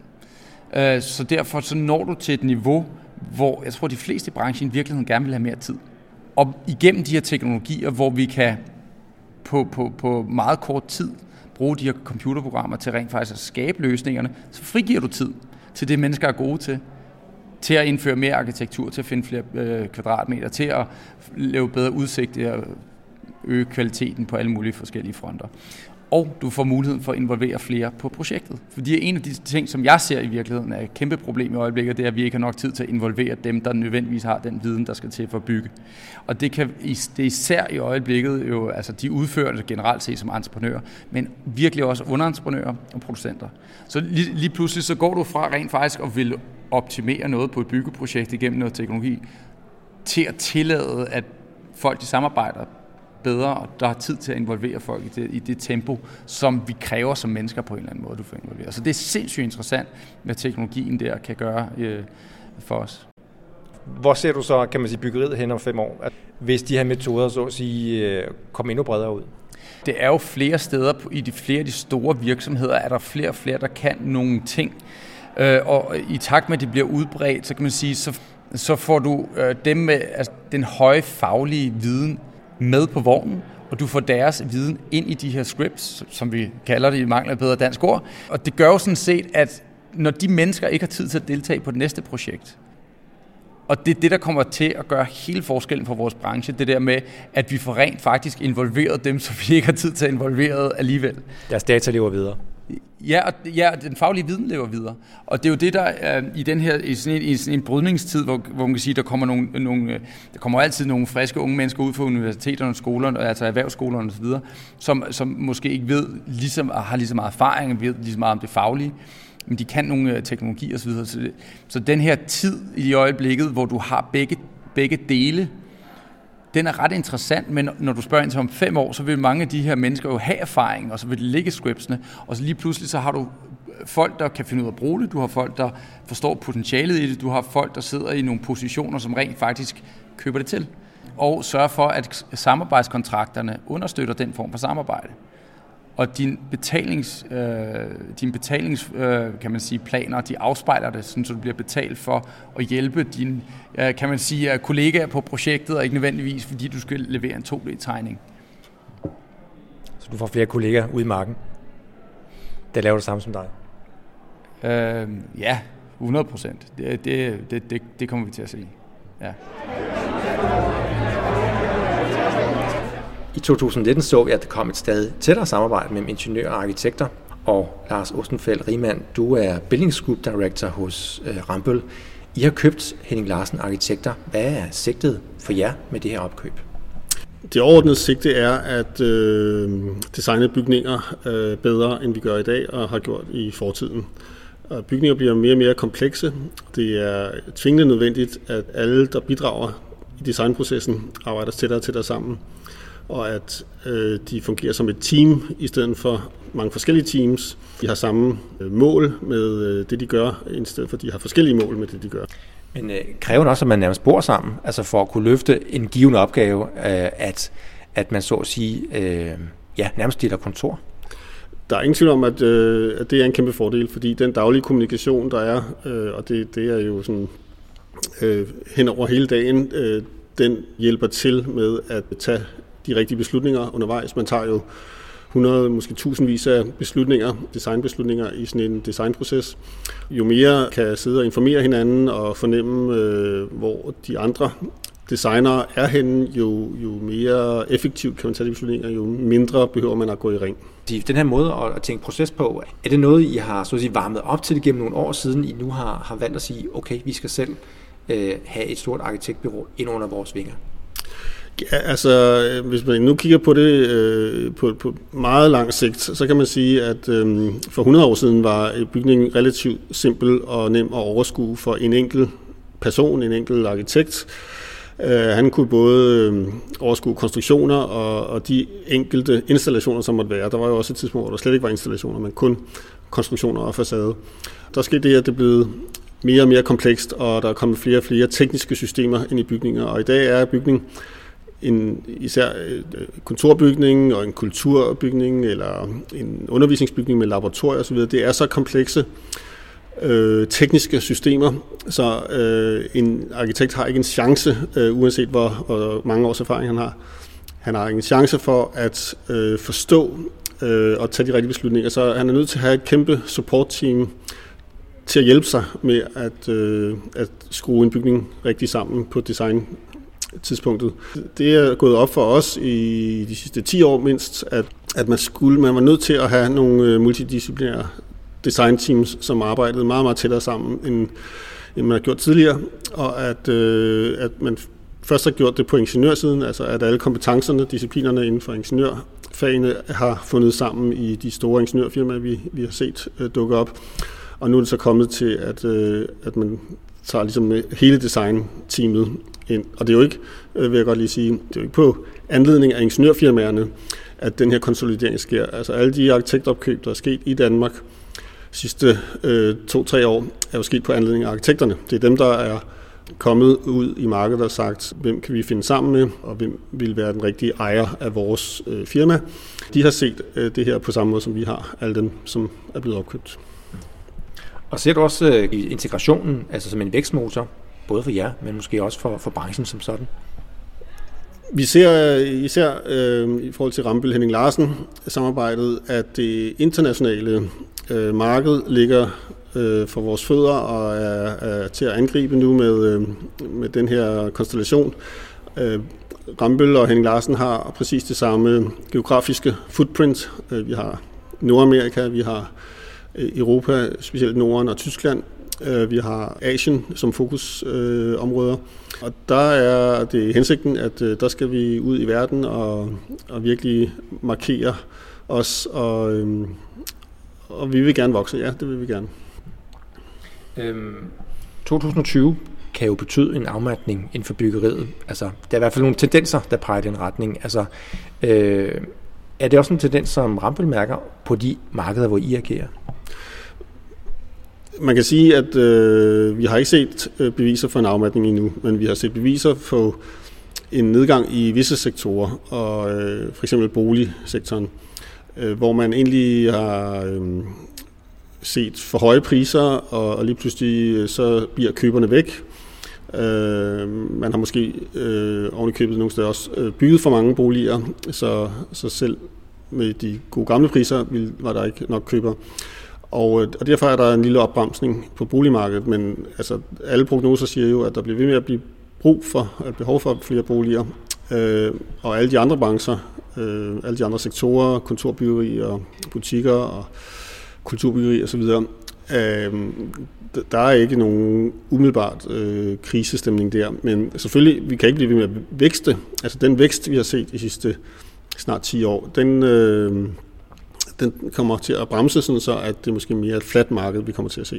Så derfor så når du til et niveau, hvor jeg tror, de fleste i branchen i virkeligheden gerne vil have mere tid. Og igennem de her teknologier, hvor vi kan på, på, på meget kort tid bruge de her computerprogrammer til rent faktisk at skabe løsningerne, så frigiver du tid til det, mennesker er gode til. Til at indføre mere arkitektur, til at finde flere øh, kvadratmeter, til at lave bedre udsigt og øge kvaliteten på alle mulige forskellige fronter. Og du får muligheden for at involvere flere på projektet. Fordi en af de ting, som jeg ser i virkeligheden er et kæmpe problem i øjeblikket, det er, at vi ikke har nok tid til at involvere dem, der nødvendigvis har den viden, der skal til for at bygge. Og det, kan, det er især i øjeblikket jo, altså de udfører det generelt set som entreprenører, men virkelig også underentreprenører og producenter. Så lige, lige pludselig så går du fra rent faktisk at ville optimere noget på et byggeprojekt igennem noget teknologi, til at tillade, at folk de samarbejder bedre, og der er tid til at involvere folk i det, i det tempo, som vi kræver som mennesker på en eller anden måde, du får involveret. Så det er sindssygt interessant, hvad teknologien der kan gøre øh, for os. Hvor ser du så, kan man sige, byggeriet hen om fem år, at hvis de her metoder, så at sige, kommer endnu bredere ud? Det er jo flere steder, i de flere af de store virksomheder, er der flere og flere, der kan nogle ting. Øh, og i takt med, at det bliver udbredt, så kan man sige, så, så får du øh, dem med altså, den høje faglige viden med på vognen, og du får deres viden ind i de her scripts, som vi kalder det i mangel af bedre dansk ord. Og det gør jo sådan set, at når de mennesker ikke har tid til at deltage på det næste projekt, og det er det, der kommer til at gøre hele forskellen for vores branche, det der med, at vi får rent faktisk involveret dem, så vi ikke har tid til at involveret alligevel. Deres data lever videre. Ja, og ja, den faglige viden lever videre. Og det er jo det, der øh, i den her i sådan en, i sådan en brydningstid, hvor, hvor man kan sige, der kommer nogle, nogle, der kommer altid nogle friske unge mennesker ud fra universiteterne og skolerne, altså erhvervsskolerne osv., som, som måske ikke ved, ligesom, har lige så meget erfaring, ved lige så meget om det faglige. men de kan nogle teknologier osv. Så, så den her tid i øjeblikket, hvor du har begge, begge dele, den er ret interessant, men når du spørger ind til om fem år, så vil mange af de her mennesker jo have erfaring, og så vil det ligge scriptsene, og så lige pludselig så har du folk, der kan finde ud af at bruge det, du har folk, der forstår potentialet i det, du har folk, der sidder i nogle positioner, som rent faktisk køber det til, og sørger for, at samarbejdskontrakterne understøtter den form for samarbejde. Og din betalings, øh, din betalings øh, kan man sige, planer, de afspejler det, sådan, så du bliver betalt for at hjælpe dine øh, kan man sige, kollegaer på projektet, og ikke nødvendigvis, fordi du skal levere en to D-tegning. Så du får flere kollegaer ude i marken, der laver det samme som dig? Øh, ja, hundrede procent. Det, det, det, det, det kommer vi til at se. Ja. I to tusind nitten så vi, at der kom et stadig tættere samarbejde mellem ingeniører og arkitekter, og Lars Ostenfeldt Riemann, du er Buildings Group Director hos øh, Rambøll. I har købt Henning Larsen Arkitekter. Hvad er sigtet for jer med det her opkøb? Det overordnede sigte er at øh, designe bygninger øh, bedre, end vi gør i dag og har gjort i fortiden. Og bygninger bliver mere og mere komplekse. Det er tvingende nødvendigt, at alle, der bidrager i designprocessen, arbejder tættere og tættere sammen, og at øh, de fungerer som et team i stedet for mange forskellige teams. De har samme øh, mål med øh, det, de gør, i stedet for at de har forskellige mål med det, de gør. Men øh, kræver det også, at man nærmest bor sammen, altså for at kunne løfte en given opgave, øh, at, at man så at sige, øh, ja, nærmest deler kontor? Der er ingen tvivl om, at, øh, at det er en kæmpe fordel, fordi den daglige kommunikation, der er, øh, og det, det er jo sådan øh, hen over hele dagen, øh, den hjælper til med at tage de rigtige beslutninger undervejs. Man tager jo hundrede, måske tusindvis af beslutninger, designbeslutninger i sådan en designproces. Jo mere kan sidde og informere hinanden og fornemme, øh, hvor de andre designere er henne, jo, jo mere effektivt kan man tage de beslutninger, jo mindre behøver man at gå i ring. Den her måde at tænke proces på, er det noget, I har så at sige, varmet op til det gennem nogle år siden, I nu har, har valgt at sige, okay, vi skal selv øh, have et stort arkitektbureau ind under vores vinger? Ja, altså, hvis man nu kigger på det øh, på, på meget lang sigt, så kan man sige, at øh, for hundrede år siden var bygningen relativt simpel og nem at overskue for en enkelt person, en enkelt arkitekt. Uh, han kunne både øh, overskue konstruktioner og, og de enkelte installationer, som måtte være. Der var jo også et tidspunkt, hvor der slet ikke var installationer, men kun konstruktioner og facade. Der skete det, at det blev mere og mere komplekst, og der er kommet flere og flere tekniske systemer ind i bygninger. Og i dag er bygning en især kontorbygning og en kulturbygning eller en undervisningsbygning med laboratorier osv. Det er så komplekse øh, tekniske systemer, så øh, en arkitekt har ikke en chance, øh, uanset hvor, hvor mange års erfaring han har. Han har ikke en chance for at øh, forstå øh, og tage de rigtige beslutninger, så han er nødt til at have et kæmpe support-team til at hjælpe sig med at, øh, at skrue en bygning rigtig sammen på design tidspunktet. Det er gået op for os i de sidste ti år mindst, at, at man, skulle, man var nødt til at have nogle multidisciplinære designteams, som arbejdede meget, meget tættere sammen, end, end man har gjort tidligere, og at, øh, at man først har gjort det på ingeniørsiden, altså at alle kompetencerne, disciplinerne inden for ingeniørfagene har fundet sammen i de store ingeniørfirmaer, vi, vi har set øh, dukke op, og nu er det så kommet til, at, øh, at man tager ligesom hele designteamet ind. Og det er jo ikke, vil jeg godt lige sige, det er jo ikke på anledning af ingeniørfirmaerne, at den her konsolidering sker. Altså alle de arkitektopkøb, der er sket i Danmark de sidste øh, to-tre år, er jo sket på anledning af arkitekterne. Det er dem, der er kommet ud i markedet og sagt, hvem kan vi finde sammen med, og hvem vil være den rigtige ejer af vores øh, firma. De har set øh, det her på samme måde, som vi har, alle dem, som er blevet opkøbt. Og ser du også øh, integrationen, altså som en vækstmotor, både for jer, men måske også for, for branchen som sådan? Vi ser især øh, i forhold til Rambøll Henning Larsen samarbejdet, at det internationale øh, marked ligger øh, for vores fødder og er, er til at angribe nu med, øh, med den her konstellation. Øh, Rambøll og Henning Larsen har præcis det samme geografiske footprint. Øh, vi har Nordamerika, vi har Europa, specielt Norden og Tyskland. Vi har Asien som fokusområder, og der er det hensigten, at der skal vi ud i verden og, og virkelig markere os, og, og vi vil gerne vokse. Ja, det vil vi gerne. Øhm, to tusind og tyve kan jo betyde en afmatning inden for byggeriet. Altså, der er i hvert fald nogle tendenser, der peger i den retning. Altså, øh, er det også en tendens, som Rambøll mærker på de markeder, hvor I agerer? Man kan sige, at øh, vi har ikke set beviser for en afmatning endnu, men vi har set beviser for en nedgang i visse sektorer, og øh, for eksempel boligsektoren, øh, hvor man egentlig har øh, set for høje priser, og, og lige pludselig øh, så bliver køberne væk. Øh, man har måske øh, oven i købet nogle steder også øh, bygget for mange boliger, så, så selv med de gode gamle priser var der ikke nok køber. Og, og derfor er der en lille opbremsning på boligmarkedet, men altså, alle prognoser siger jo, at der bliver ved med at blive brug for, at behov for flere boliger, øh, og alle de andre brancher, øh, alle de andre sektorer, kontorbyggeri og butikker og kulturbyggeri osv., øh, der er ikke nogen umiddelbart øh, krisestemning der, men selvfølgelig, vi kan ikke blive ved med at vækste. Altså den vækst, vi har set de sidste snart ti år, den, øh, den kommer til at bremse, sådan så at det måske mere er et fladt marked, vi kommer til at se.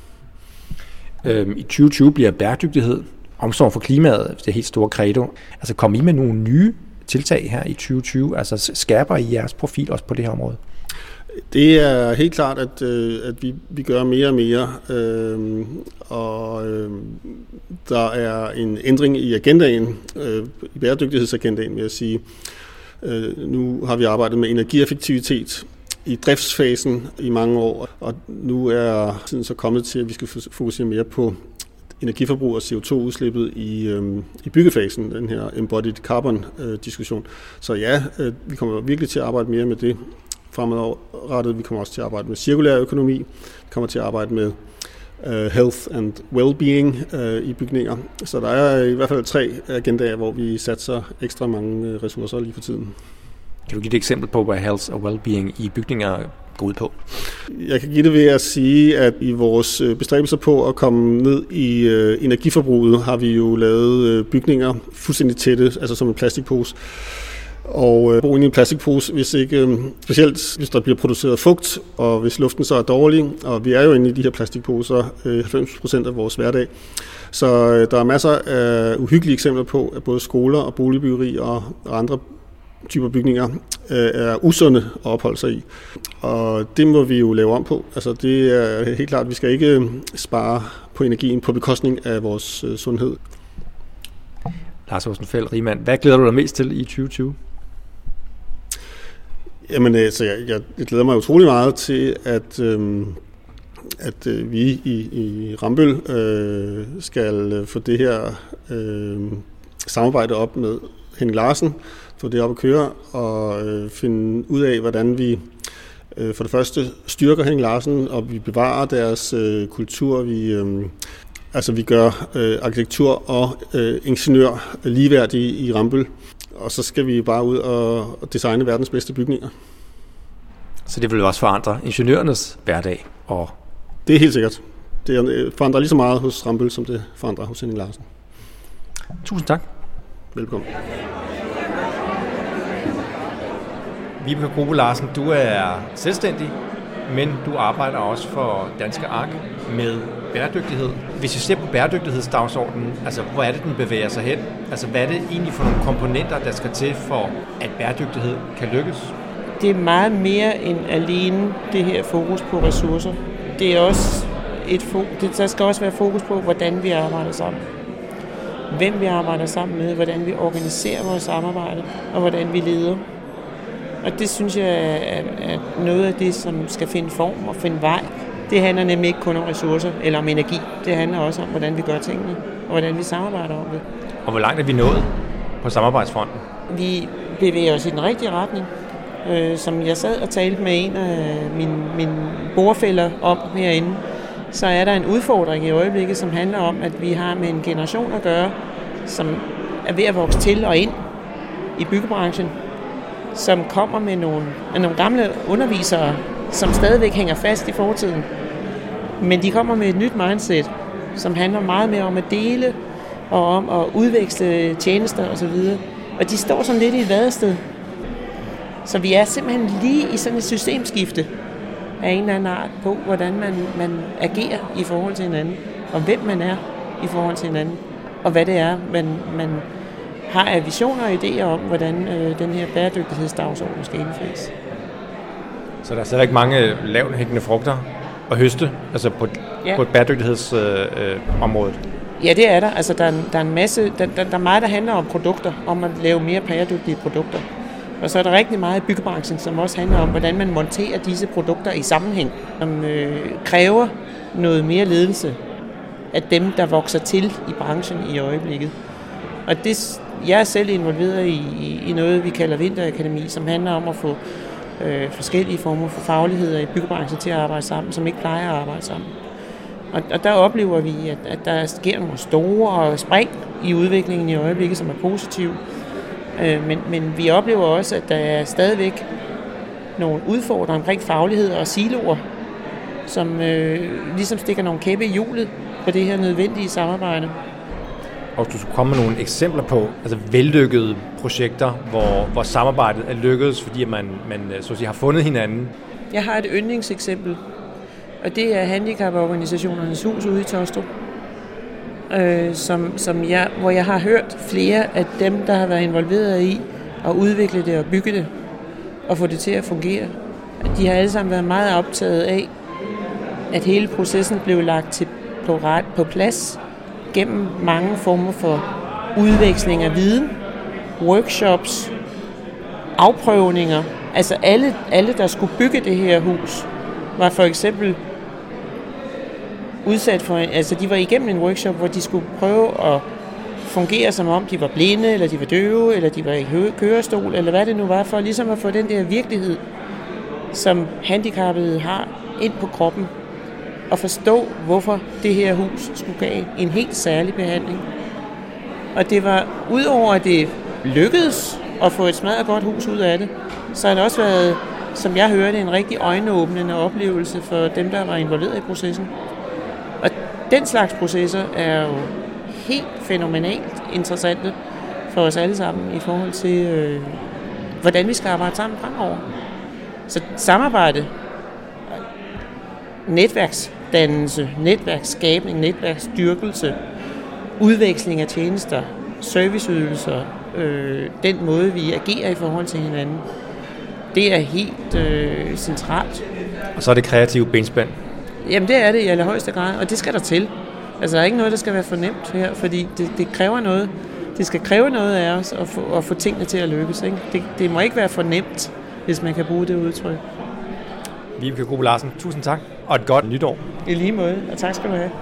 Øhm, I tyve tyve bliver bæredygtighed, omsorg for klimaet, det helt store credo. Altså kom I med nogle nye tiltag her i tyve tyve? Altså skærper I jeres profil også på det her område? Det er helt klart, at, øh, at vi, vi gør mere og mere, øh, og øh, der er en ændring i agendaen, øh, i bæredygtighedsagendaen, vil jeg sige. Øh, nu har vi arbejdet med energieffektivitet i driftsfasen i mange år, og nu er tiden så kommet til, at vi skal fokusere mere på energiforbrug og C O to udslippet i, øh, i byggefasen, den her embodied carbon-diskussion. Så ja, øh, vi kommer virkelig til at arbejde mere med det fremadrettet. Vi kommer også til at arbejde med cirkulær økonomi. Vi kommer til at arbejde med uh, health and well-being uh, i bygninger. Så der er i hvert fald tre agendaer, hvor vi satser ekstra mange ressourcer lige for tiden. Kan du give et eksempel på, hvad health og well-being i bygninger går ud på? Jeg kan give det ved at sige, at i vores bestræbelser på at komme ned i uh, energiforbruget, har vi jo lavet uh, bygninger fuldstændig tætte, altså som en plastikpose. Og øh, bo inde i en plastikpose, hvis ikke, øh, specielt hvis der bliver produceret fugt, og hvis luften så er dårlig, og vi er jo inde i de her plastikposer øh, halvfems procent af vores hverdag. Så øh, der er masser af uhyggelige eksempler på, at både skoler og boligbyggeri og andre typer bygninger øh, er usunde at opholde sig i. Og det må vi jo lave om på. Altså det er helt klart, at vi skal ikke spare på energien på bekostning af vores øh, sundhed. Lars Rosenfeldt Rigmand, hvad glæder du dig mest til i tyve tyve? Jamen, altså, jeg, jeg, jeg glæder mig utrolig meget til, at, øhm, at øh, vi i, i Rambøll øh, skal få det her øh, samarbejde op med Henning Larsen, få det op at køre og øh, finde ud af, hvordan vi øh, for det første styrker Henning Larsen, og vi bevarer deres øh, kultur. Vi, øh, altså, vi gør øh, arkitektur og øh, ingeniør ligeværdige i Rambøll. Og så skal vi bare ud og designe verdens bedste bygninger. Så det vil også forandre ingeniørernes hverdag? Og det er helt sikkert. Det forandrer lige så meget hos Rambøll, som det forandrer hos Henning Larsen. Tusind tak. Velkommen. Vibeke Grube Larsen, du er selvstændig, men du arbejder også for Danske Ark med bæredygtighed. Hvis vi ser på bæredygtighedsdagsordenen, altså hvor er det, den bevæger sig hen? Altså hvad er det egentlig for nogle komponenter, der skal til for, at bæredygtighed kan lykkes? Det er meget mere end alene det her fokus på ressourcer. Det er også et fokus, der skal også være fokus på, hvordan vi arbejder sammen. Hvem vi arbejder sammen med, hvordan vi organiserer vores samarbejde, og hvordan vi leder. Og det synes jeg er, er noget af det, som skal finde form og finde vej. Det handler nemlig ikke kun om ressourcer eller om energi. Det handler også om, hvordan vi gør tingene, og hvordan vi samarbejder om det. Og hvor langt er vi nået på samarbejdsfronten? Vi bevæger os i den rigtige retning. Øh, som jeg sad og talte med en af mine, mine bordfæller om herinde, så er der en udfordring i øjeblikket, som handler om, at vi har med en generation at gøre, som er ved at vokse til og ind i byggebranchen, som kommer med nogle, med nogle gamle undervisere, som stadigvæk hænger fast i fortiden. Men de kommer med et nyt mindset, som handler meget mere om at dele og om at udveksle tjenester osv. Og de står sådan lidt i et vadested. Så vi er simpelthen lige i sådan et systemskifte, af en eller anden art på, hvordan man, man agerer i forhold til hinanden, og hvem man er i forhold til hinanden, og hvad det er, man, man har af visioner og idéer om, hvordan øh, den her bæredygtighedsdagsorden skal indfries. Så der er stadigvæk mange lavt hængende frugter at høste, altså på, ja. på et bæredygtighedsområde? Øh, ja, det er der. Altså, der, er, der er en masse, der, der, der er meget, der handler om produkter, om at lave mere bæredygtige produkter. Og så er der rigtig meget i byggebranchen, som også handler om, hvordan man monterer disse produkter i sammenhæng, som øh, kræver noget mere ledelse af dem, der vokser til i branchen i øjeblikket. Og det, jeg er selv involveret i, i, i noget, vi kalder Vinterakademi, som handler om at få øh, forskellige former for fagligheder i byggebranchen til at arbejde sammen, som ikke plejer at arbejde sammen. Og, og der oplever vi, at, at der sker nogle store spring i udviklingen i øjeblikket, som er positive. Øh, men, men vi oplever også, at der er stadigvæk nogle udfordringer omkring faglighed og siloer, som øh, ligesom stikker nogle kæppe i hjulet på det her nødvendige samarbejde. Og du skulle komme med nogle eksempler på altså vellykkede projekter, hvor, hvor samarbejdet er lykkedes, fordi man, man så at sige, har fundet hinanden. Jeg har et yndlingseksempel, og det er handicaporganisationernes hus ude i Taastrup, øh, som, som jeg, hvor jeg har hørt flere af dem, der har været involveret i at udvikle det og bygge det og få det til at fungere. De har alle sammen været meget optaget af, at hele processen blev lagt til, på, ret, på plads gennem mange former for udveksling af viden, workshops, afprøvninger. Altså alle, alle, der skulle bygge det her hus, var for eksempel udsat for, altså de var igennem en workshop, hvor de skulle prøve at fungere som om de var blinde, eller de var døve, eller de var i kørestol, eller hvad det nu var, for ligesom at få den der virkelighed, som handicappede har, ind på kroppen, og forstå, hvorfor det her hus skulle have en helt særlig behandling. Og det var, udover at det lykkedes at få et smadret godt hus ud af det, så har det også været, som jeg hørte, en rigtig øjenåbnende oplevelse for dem, der var involveret i processen. Og den slags processer er jo helt fænomenalt interessante for os alle sammen i forhold til, øh, hvordan vi skal arbejde sammen fremover. Så samarbejde, netværksdannelse, netværksskabning, netværksstyrkelse, udveksling af tjenester, serviceydelser, øh, den måde, vi agerer i forhold til hinanden, det er helt øh, centralt. Og så er det kreative benspænd. Jamen det er det i allerhøjeste grad, og det skal der til. Altså der er ikke noget, der skal være for nemt her, fordi det, det kræver noget. Det skal kræve noget af os at få, at få tingene til at lykkes. Ikke? Det, det må ikke være for nemt, hvis man kan bruge det udtryk. Vibeke Grubbe Larsen, tusind tak, og et godt nytår. I lige måde, og tak skal du have.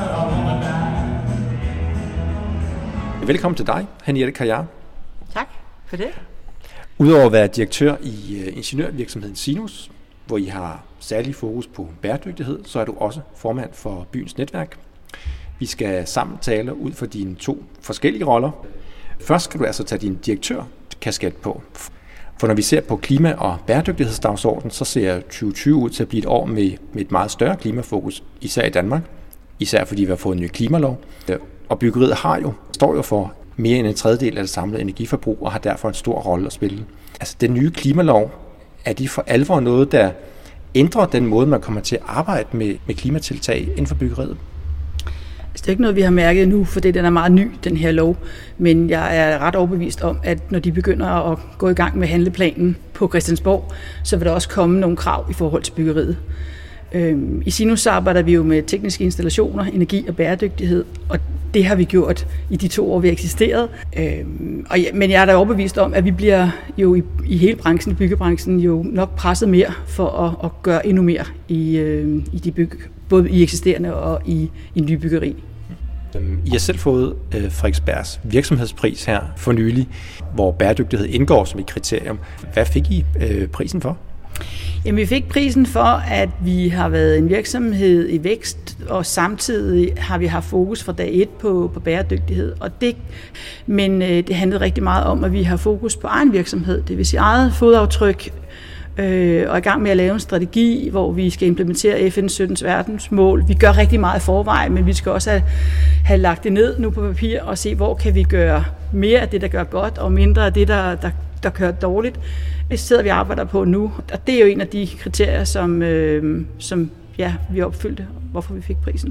Velkommen til dig, Henriette Karriere. Tak for det. Udover at være direktør i uh, ingeniørvirksomheden Sinus, hvor I har særlig fokus på bæredygtighed, så er du også formand for byens netværk. Vi skal sammen tale ud for dine to forskellige roller. Først skal du altså tage din direktørkasket på. For når vi ser på klima- og bæredygtighedsdagsordenen, så ser tyve tyve ud til at blive et år med, med et meget større klimafokus, især i Danmark. Især fordi vi har fået en ny klimalov. Og byggeriet har jo, står jo for mere end en tredjedel af det samlede energiforbrug, og har derfor en stor rolle at spille. Altså den nye klimalov, er de for alvor noget, der ændrer den måde, man kommer til at arbejde med, med klimatiltag inden for byggeriet? Det er ikke noget, vi har mærket endnu, for den er meget ny, den her lov. Men jeg er ret overbevist om, at når de begynder at gå i gang med handleplanen på Christiansborg, så vil der også komme nogle krav i forhold til byggeriet. I Sinus arbejder vi jo med tekniske installationer, energi og bæredygtighed, og det har vi gjort i de to år, vi har eksisteret. Men jeg er da overbevist om, at vi bliver jo i, i hele branchen, byggebranchen, jo nok presset mere for at, at gøre endnu mere i, i de bygge, både i eksisterende og i, i nybyggeri. I har selv fået øh, Frederiksbergs virksomhedspris her for nylig, hvor bæredygtighed indgår som et kriterium. Hvad fik I øh, prisen for? Jamen, vi fik prisen for, at vi har været en virksomhed i vækst, og samtidig har vi haft fokus fra dag et på, på bæredygtighed. Og det, men øh, det handlede rigtig meget om, at vi har fokus på egen virksomhed, det vil sige eget fodaftryk, øh, og er i gang med at lave en strategi, hvor vi skal implementere F N's sytten verdensmål. Vi gør rigtig meget i forvejen, men vi skal også have, have lagt det ned nu på papir og se, hvor kan vi gøre mere af det, der gør godt, og mindre af det, der, der, der kører dårligt. Det sidder vi og arbejder på nu, og det er jo en af de kriterier, som, øh, som ja, vi opfyldte, hvorfor vi fik prisen.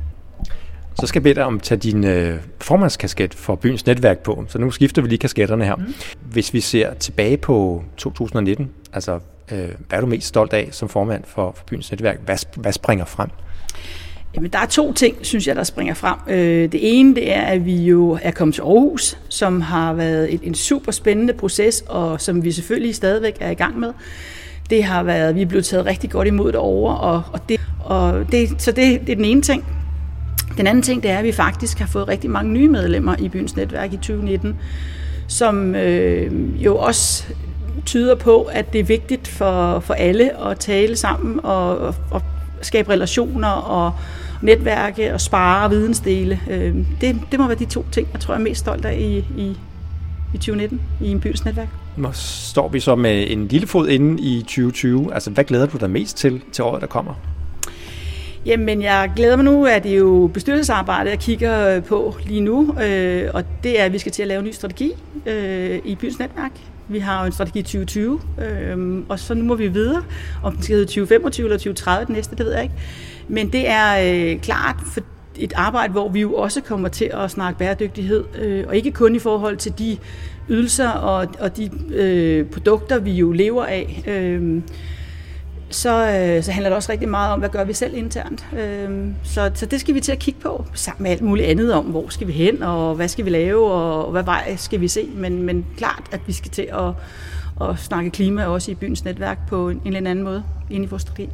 Så skal jeg bede dig om at tage din øh, formandskasket for byens netværk på. Så nu skifter vi lige kasketterne her. Mm. Hvis vi ser tilbage på to tusind nitten, altså øh, hvad er du mest stolt af som formand for, for byens netværk? Hvad, hvad springer frem? Jamen, der er to ting, synes jeg, der springer frem. Øh, det ene, det er, at vi jo er kommet til Aarhus, som har været et, en super spændende proces, og som vi selvfølgelig stadigvæk er i gang med. Det har været, vi er blevet taget rigtig godt imod derovre, og, og det, og det, så det, det er den ene ting. Den anden ting, det er, at vi faktisk har fået rigtig mange nye medlemmer i byens netværk i tyve nitten, som øh, jo også tyder på, at det er vigtigt for, for alle at tale sammen og, og, og skabe relationer og netværke og spare og vidensdele. Øh, det, det må være de to ting, jeg tror, jeg er mest stolt af i, i, i tyve nitten i en byens netværk. Nu står vi så med en lille fod inde i tyve tyve. Altså, hvad glæder du dig mest til til året, der kommer? Jamen, jeg glæder mig nu, at det er jo bestyrelsesarbejde, jeg kigger på lige nu, øh, og det er, at vi skal til at lave en ny strategi øh, i byens netværk. Vi har jo en strategi tyve tyve, øh, og så nu må vi videre, om den skal hedde tyve femogtyve eller tyve tredive det næste, det ved jeg ikke. Men det er øh, klart for et arbejde, hvor vi jo også kommer til at snakke bæredygtighed, øh, og ikke kun i forhold til de ydelser og, og de øh, produkter, vi jo lever af. Øh, Så, øh, så handler det også rigtig meget om, hvad gør vi selv internt. Øh, så, så det skal vi til at kigge på, sammen med alt muligt andet om, hvor skal vi hen, og hvad skal vi lave, og, og hvad vej skal vi se. Men, men klart, at vi skal til at, at snakke klima også i byens netværk på en, en eller anden måde inde i vores strategi.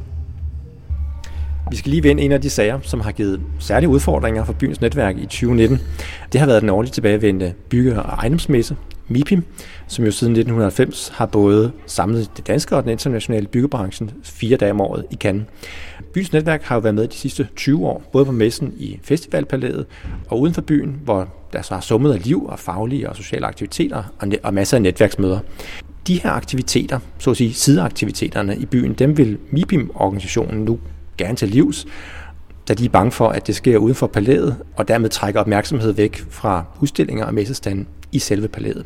Vi skal lige vende en af de sager, som har givet særlige udfordringer for byens netværk i tyve nitten. Det har været den årligt tilbagevendte bygge- og ejendomsmesse, MIPIM, som jo siden nitten halvfems har både samlet det danske og den internationale byggebranchen fire dage om året i Cannes. Byens netværk har jo været med de sidste tyve år, både på messen i Festivalpalæet og uden for byen, hvor der så har summet af liv og faglige og sociale aktiviteter og masser af netværksmøder. De her aktiviteter, så at sige sideaktiviteterne i byen, dem vil MIPIM-organisationen nu gerne til livs, da de er bange for, at det sker uden for palæet, og dermed trækker opmærksomhed væk fra udstillinger og messestanden i selve palæet.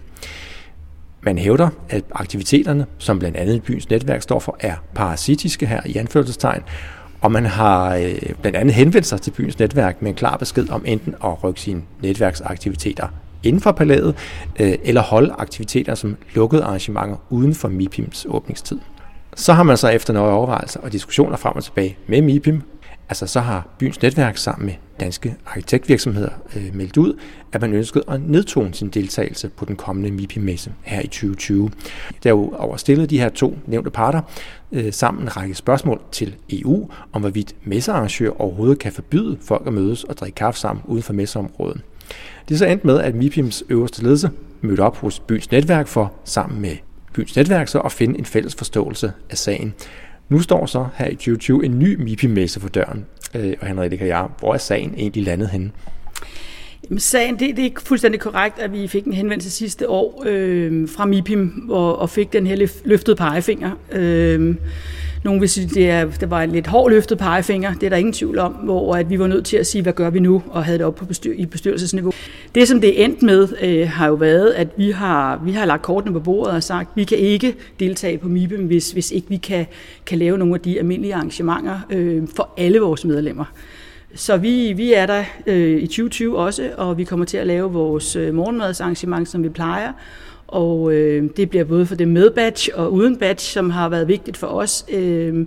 Man hævder, at aktiviteterne, som blandt andet byens netværk står for, er parasitiske her i anførselstegn, og man har øh, blandt andet henvendt sig til byens netværk med en klar besked om enten at rykke sine netværksaktiviteter inden for palæet, øh, eller holde aktiviteter som lukkede arrangementer uden for MIPIMs åbningstid. Så har man så efter nogle overvejelser og diskussioner frem og tilbage med MIPIM, altså så har byens netværk sammen med danske arkitektvirksomheder øh, meldt ud, at man ønskede at nedtone sin deltagelse på den kommende MIPIM-messe her i tyve tyve. Derudover stillede de her to nævnte parter øh, sammen en række spørgsmål til E U om, hvorvidt messearrangører overhovedet kan forbyde folk at mødes og drikke kaffe sammen uden for messeområdet. Det er så endt med, at MIPIMs øverste ledelse mødte op hos byens netværk for sammen med byens netværk så at finde en fælles forståelse af sagen. Nu står så her i tyve tyve en ny MIPIM-messe for døren. Øh, og Henriette Kajar, hvor er sagen egentlig landet henne? Jamen, sagen, det, det er fuldstændig korrekt, at vi fik en henvendelse sidste år øh, fra MIPIM og, og fik den her løftede pegefinger. Øh, Nogle vil sige, at det, er, det var en lidt hård løftet pegefinger, det er der ingen tvivl om, hvor at vi var nødt til at sige, hvad gør vi nu, og havde det op på bestyr, i bestyrelsesniveau. Det, som det er endt med, øh, har jo været, at vi har, vi har lagt kortene på bordet og sagt, at vi kan ikke deltage på MIPIM, hvis, hvis ikke vi kan, kan lave nogle af de almindelige arrangementer øh, for alle vores medlemmer. Så vi, vi er der øh, i tyve tyve også, og vi kommer til at lave vores øh, morgenmadsarrangement, som vi plejer. Og øh, det bliver både for det med badge og uden badge, som har været vigtigt for os. Øh,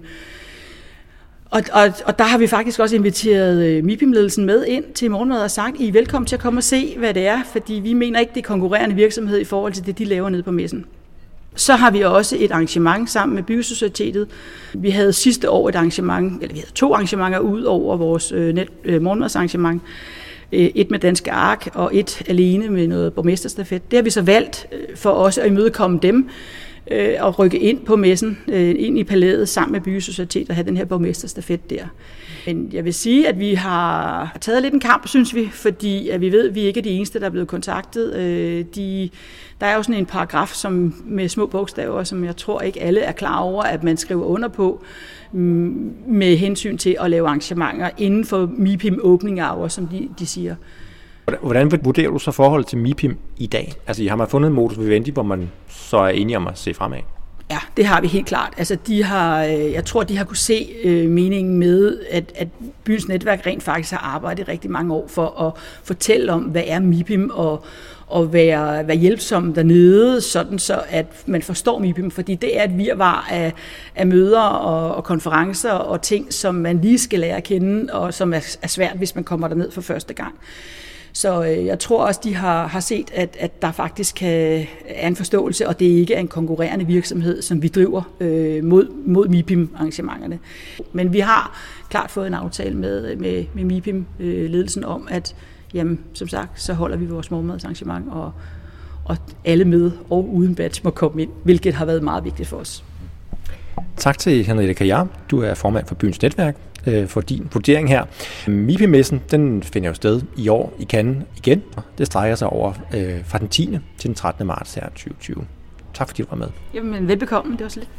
og, og, og der har vi faktisk også inviteret øh, MIPIM-ledelsen med ind til morgenmad og sagt, I er velkommen til at komme og se, hvad det er, fordi vi mener ikke, det er konkurrerende virksomhed i forhold til det, de laver nede på messen. Så har vi også et arrangement sammen med Byggesocietetet. Vi havde sidste år et arrangement, eller vi havde to arrangementer ud over vores øh, net, øh, morgenmadsarrangement. Et med Danske Ark og et alene med noget borgmesterstafet. Det har vi så valgt for også at imødekomme dem øh, at rykke ind på messen, øh, ind i palæet sammen med Bysocietet og have den her borgmesterstafet der. Men jeg vil sige, at vi har taget lidt en kamp, synes vi, fordi at vi ved, at vi ikke er de eneste, der er blevet kontaktet. Øh, de, der er jo sådan en paragraf som, med små bogstaver, som jeg tror ikke alle er klar over, at man skriver under på, med hensyn til at lave arrangementer inden for MIPIM opening hour, som de, de siger. Hvordan vurderer du så forholdet til MIPIM i dag? Altså, har man fundet en modus vivendi, hvor man så er enige om at se fremad? Ja, det har vi helt klart. Altså, de har, jeg tror, de har kunne se øh, meningen med, at, at byens netværk rent faktisk har arbejdet rigtig mange år for at fortælle om, hvad er MIPIM, og, og være, være hjælpsom dernede, sådan så at man forstår MIPIM, fordi det er et virvar af, af møder og, og konferencer og ting, som man lige skal lære at kende, og som er, er svært, hvis man kommer derned for første gang. Så øh, jeg tror også, de har, har set, at, at der faktisk kan, er en forståelse, og det ikke er en konkurrerende virksomhed, som vi driver øh, mod, mod MIPIM-arrangementerne. Men vi har klart fået en aftale med, med, med MIPIM-ledelsen om, at jamen, som sagt, så holder vi vores morgenmadsarrangement, og, og alle med og uden badge må komme ind, hvilket har været meget vigtigt for os. Tak til Henriette Kajar. Du er formand for Byens Netværk, for din vurdering her. MIPIM-messen, den finder jo sted i år i Cannes igen. Det strækker sig over øh, fra den tiende til den trettende marts her tyve tyve. Tak fordi du var med. Jamen, velbekomme. Det var så lidt.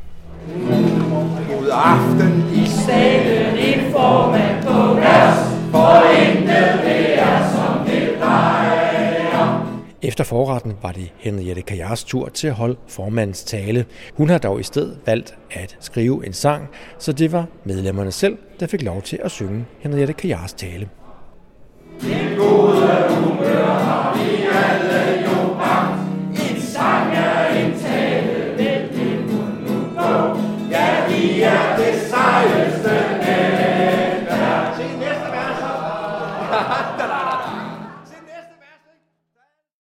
God aften i salen, en formand på vers, for intet det er som det plejer. Efter forretten var det Henriette Kajars tur til at holde formandens tale. Hun har dog i stedet valgt at skrive en sang, så det var medlemmerne selv, der fik lov til at synge Henriette Kajars tale. En gode humør har vi alle jo magt. En sang er en tale, vel det hun nu gå. Ja, vi er det sejeste netværk. Se næste vers.